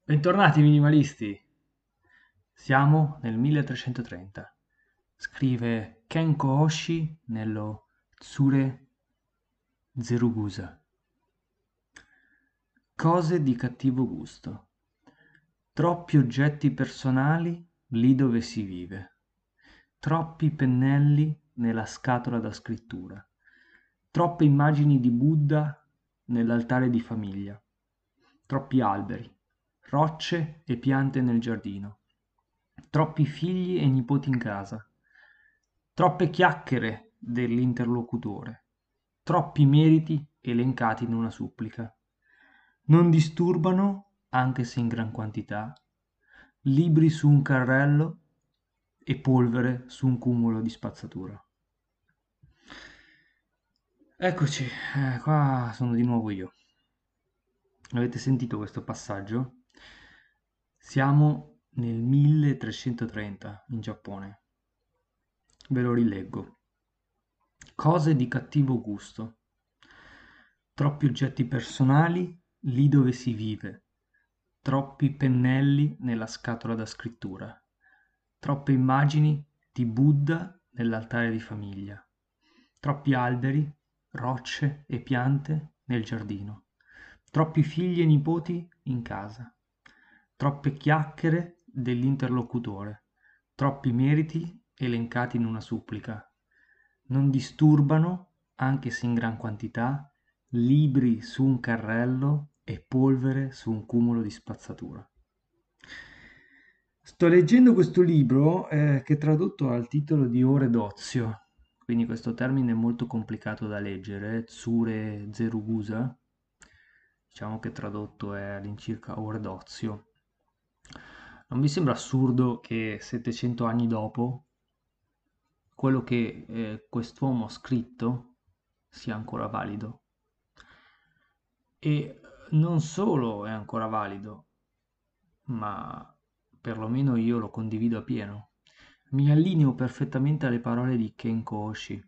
Bentornati minimalisti! Siamo nel 1330. Scrive Kenko Oshi nello Tsure Zerugusa. Cose di cattivo gusto. Troppi oggetti personali lì dove si vive. Troppi pennelli nella scatola da scrittura. Troppe immagini di Buddha nell'altare di famiglia. Troppi alberi, rocce e piante nel giardino. Troppi figli e nipoti in casa. Troppe chiacchiere dell'interlocutore. Troppi meriti elencati in una supplica. Non disturbano, anche se in gran quantità, libri su un carrello e polvere su un cumulo di spazzatura. Eccoci, qua sono di nuovo io. Avete sentito questo passaggio? Siamo nel 1330 in Giappone. Ve lo rileggo. Cose di cattivo gusto. Troppi oggetti personali lì dove si vive. Troppi pennelli nella scatola da scrittura. Troppe immagini di Buddha nell'altare di famiglia. Troppi alberi, rocce e piante nel giardino. Troppi figli e nipoti in casa. Troppe chiacchiere dell'interlocutore. Troppi meriti elencati in una supplica. Non disturbano, anche se in gran quantità, libri su un carrello e polvere su un cumulo di spazzatura. Sto leggendo questo libro che è tradotto al titolo di Ore d'ozio, quindi questo termine è molto complicato da leggere, Tsure Zerugusa, diciamo che tradotto è all'incirca Ore d'ozio. Non vi sembra assurdo che 700 anni dopo quello che quest'uomo ha scritto sia ancora valido? E non solo è ancora valido, ma perlomeno io lo condivido appieno. Mi allineo perfettamente alle parole di Kenko Oshi,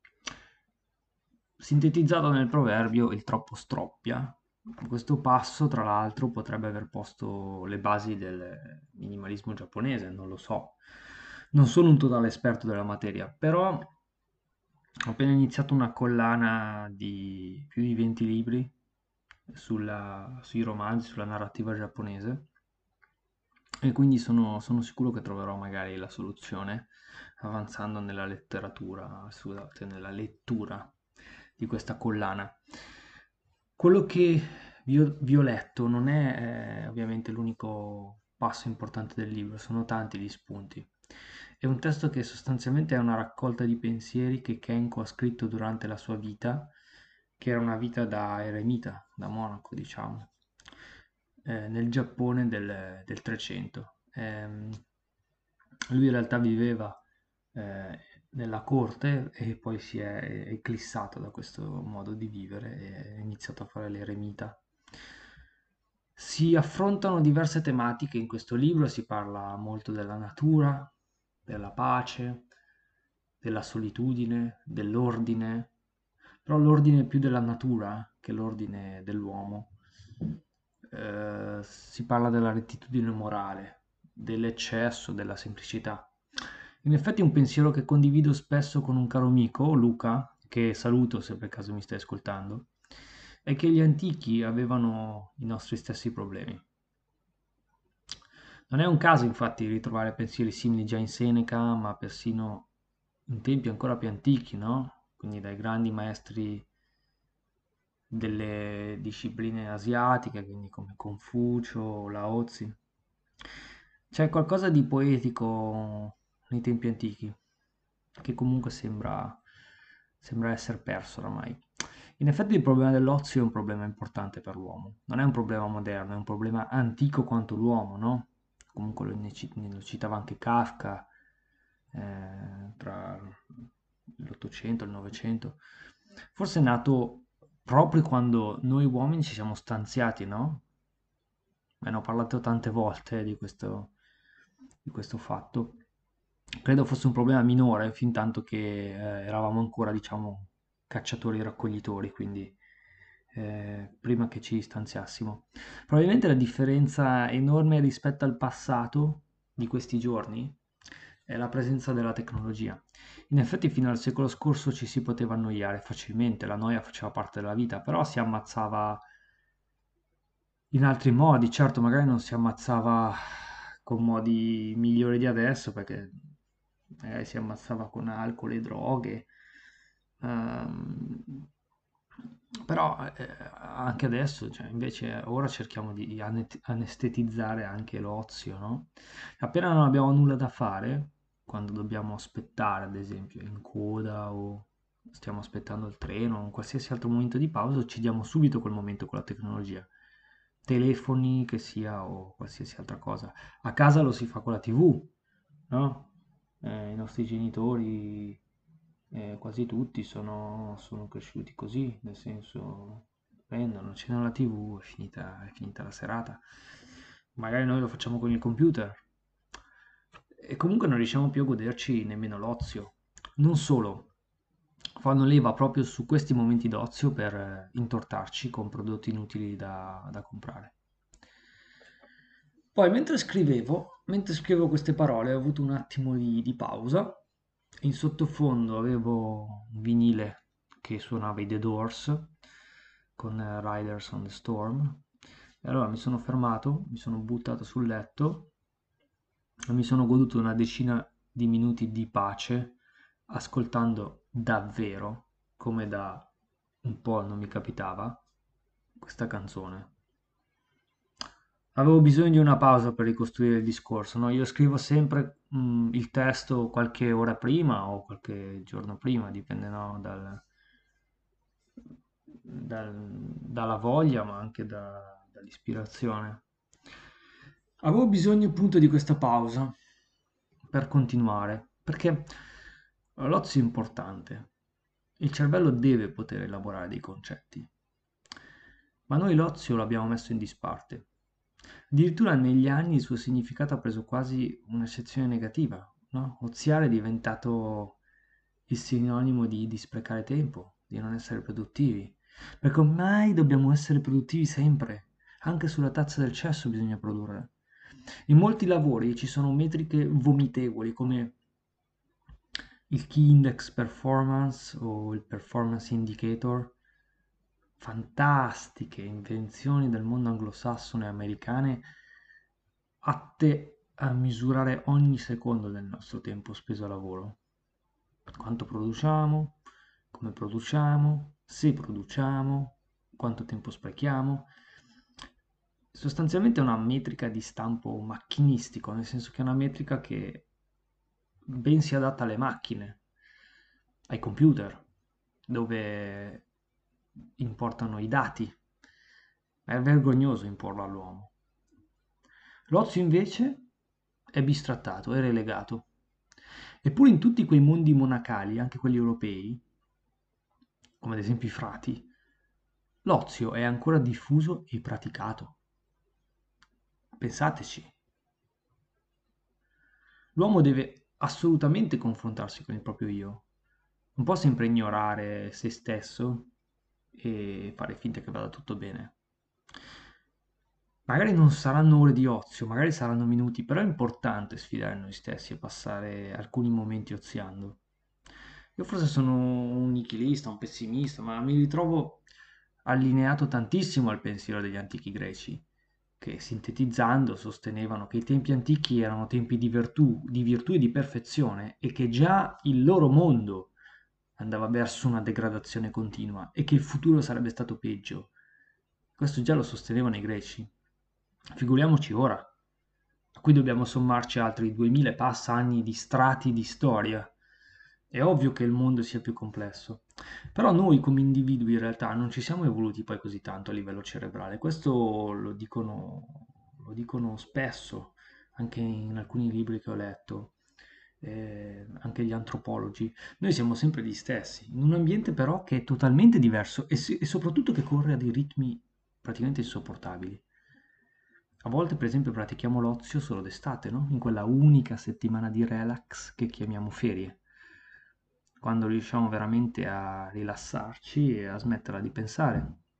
sintetizzato nel proverbio il troppo stroppia. Questo passo, tra l'altro, potrebbe aver posto le basi del minimalismo giapponese, non lo so. Non sono un totale esperto della materia, però ho appena iniziato una collana di più di 20 libri sui romanzi, sulla narrativa giapponese e quindi sono sicuro che troverò magari la soluzione avanzando nella letteratura, scusate, nella lettura di questa collana. Quello che vi ho letto non è ovviamente l'unico passo importante del libro, sono tanti gli spunti. È un testo che sostanzialmente è una raccolta di pensieri che Kenko ha scritto durante la sua vita, che era una vita da eremita, da monaco, diciamo, nel Giappone del 300. Lui in realtà viveva eh, nella corte e poi si è eclissato da questo modo di vivere e ha iniziato a fare l'eremita. Si affrontano diverse tematiche in questo libro, si parla molto della natura, della pace, della solitudine, dell'ordine, però l'ordine più della natura che l'ordine dell'uomo. Si parla della rettitudine morale, dell'eccesso, della semplicità. In effetti un pensiero che condivido spesso con un caro amico, Luca, che saluto se per caso mi stai ascoltando, è che gli antichi avevano i nostri stessi problemi. Non è un caso infatti ritrovare pensieri simili già in Seneca, ma persino in tempi ancora più antichi, no? Quindi dai grandi maestri delle discipline asiatiche, quindi come Confucio, Laozi. C'è qualcosa di poetico nei tempi antichi, che comunque sembra essere perso oramai. In effetti il problema dell'ozio è un problema importante per l'uomo, non è un problema moderno, è un problema antico quanto l'uomo, no? Comunque lo citava anche Kafka, tra l'Ottocento e il Novecento. Forse è nato proprio quando noi uomini ci siamo stanziati, no? Me ne ho parlato tante volte di questo fatto. Credo fosse un problema minore, fin tanto che eravamo ancora, diciamo, cacciatori e raccoglitori, quindi prima che ci distanziassimo. Probabilmente la differenza enorme rispetto al passato di questi giorni è la presenza della tecnologia. In effetti fino al secolo scorso ci si poteva annoiare facilmente, la noia faceva parte della vita, però si ammazzava in altri modi. Certo, magari non si ammazzava con modi migliori di adesso, perché magari si ammazzava con alcol e droghe. Ehm, Però anche adesso, cioè, invece ora cerchiamo di anestetizzare anche l'ozio, no? Appena non abbiamo nulla da fare, quando dobbiamo aspettare, ad esempio, in coda o stiamo aspettando il treno o in qualsiasi altro momento di pausa, ci diamo subito quel momento con la tecnologia. Telefoni che sia o qualsiasi altra cosa. A casa lo si fa con la TV, no? I nostri genitori, quasi tutti, sono cresciuti così, nel senso, prendono, accendono la TV, è finita la serata. Magari noi lo facciamo con il computer e comunque non riusciamo più a goderci nemmeno l'ozio. Non solo, fanno leva proprio su questi momenti d'ozio per intortarci con prodotti inutili da comprare. Poi, mentre scrivevo queste parole, ho avuto un attimo di pausa. In sottofondo avevo un vinile che suonava i The Doors con Riders on the Storm. E allora mi sono fermato, mi sono buttato sul letto e mi sono goduto una decina di minuti di pace ascoltando davvero, come da un po' non mi capitava, questa canzone. Avevo bisogno di una pausa per ricostruire il discorso, no? Io scrivo sempre il testo qualche ora prima o qualche giorno prima, dipende, no, dalla voglia, ma anche dall'ispirazione. Avevo bisogno appunto di questa pausa per continuare, perché l'ozio è importante. Il cervello deve poter elaborare dei concetti, ma noi l'ozio l'abbiamo messo in disparte. Addirittura negli anni il suo significato ha preso quasi un'accezione negativa, no? Oziare è diventato il sinonimo di sprecare tempo, di non essere produttivi. Perché ormai dobbiamo essere produttivi sempre, anche sulla tazza del cesso bisogna produrre. In molti lavori ci sono metriche vomitevoli come il Key Index Performance o il Performance Indicator, fantastiche invenzioni del mondo anglosassone e americane atte a misurare ogni secondo del nostro tempo speso a lavoro. Quanto produciamo, come produciamo, se produciamo, quanto tempo sprechiamo. Sostanzialmente è una metrica di stampo macchinistico, nel senso che è una metrica che ben si adatta alle macchine, ai computer, dove importano i dati. È vergognoso imporlo all'uomo. L'ozio invece è bistrattato, è relegato. Eppure in tutti quei mondi monacali, anche quelli europei, come ad esempio i frati, l'ozio è ancora diffuso e praticato. Pensateci. L'uomo deve assolutamente confrontarsi con il proprio io. Non può sempre ignorare se stesso e fare finta che vada tutto bene. Magari non saranno ore di ozio, magari saranno minuti, però è importante sfidare noi stessi e passare alcuni momenti oziando. Io forse sono un nichilista, un pessimista, ma mi ritrovo allineato tantissimo al pensiero degli antichi greci, che sintetizzando sostenevano che i tempi antichi erano tempi di virtù e di perfezione e che già il loro mondo andava verso una degradazione continua e che il futuro sarebbe stato peggio. Questo già lo sostenevano i greci. Figuriamoci ora, a cui dobbiamo sommarci altri 2000 e passa anni di strati di storia. È ovvio che il mondo sia più complesso, però noi come individui in realtà non ci siamo evoluti poi così tanto a livello cerebrale. Questo lo dicono spesso, anche in alcuni libri che ho letto, anche gli antropologi. Noi siamo sempre gli stessi, in un ambiente però che è totalmente diverso e soprattutto che corre a dei ritmi praticamente insopportabili. A volte, per esempio, pratichiamo l'ozio solo d'estate, no? In quella unica settimana di relax che chiamiamo ferie, quando riusciamo veramente a rilassarci e a smetterla di pensare.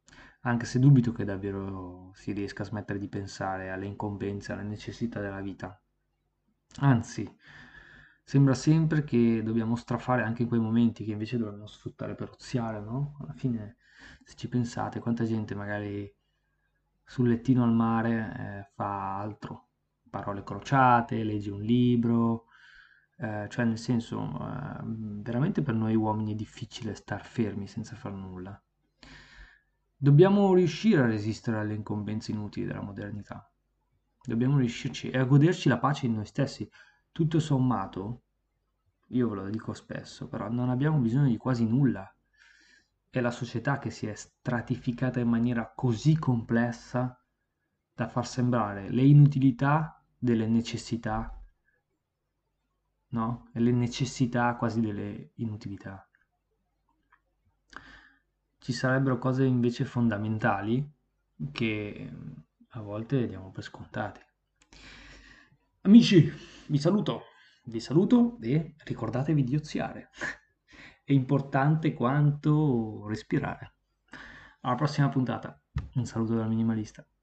anche se dubito che davvero si riesca a smettere di pensare alle incombenze, alle necessità della vita. Anzi, sembra sempre che dobbiamo strafare anche in quei momenti che invece dovremmo sfruttare per oziare, no? Alla fine, se ci pensate, quanta gente magari sul lettino al mare fa altro, parole crociate, legge un libro, cioè nel senso, veramente per noi uomini è difficile star fermi senza far nulla. Dobbiamo riuscire a resistere alle incombenze inutili della modernità. Dobbiamo riuscirci e a goderci la pace in noi stessi. Tutto sommato, io ve lo dico spesso, però non abbiamo bisogno di quasi nulla. È la società che si è stratificata in maniera così complessa da far sembrare le inutilità delle necessità, no? E le necessità quasi delle inutilità. Ci sarebbero cose invece fondamentali che a volte diamo per scontate. Amici, vi saluto e ricordatevi di oziare. È importante quanto respirare. Alla prossima puntata. Un saluto dal minimalista.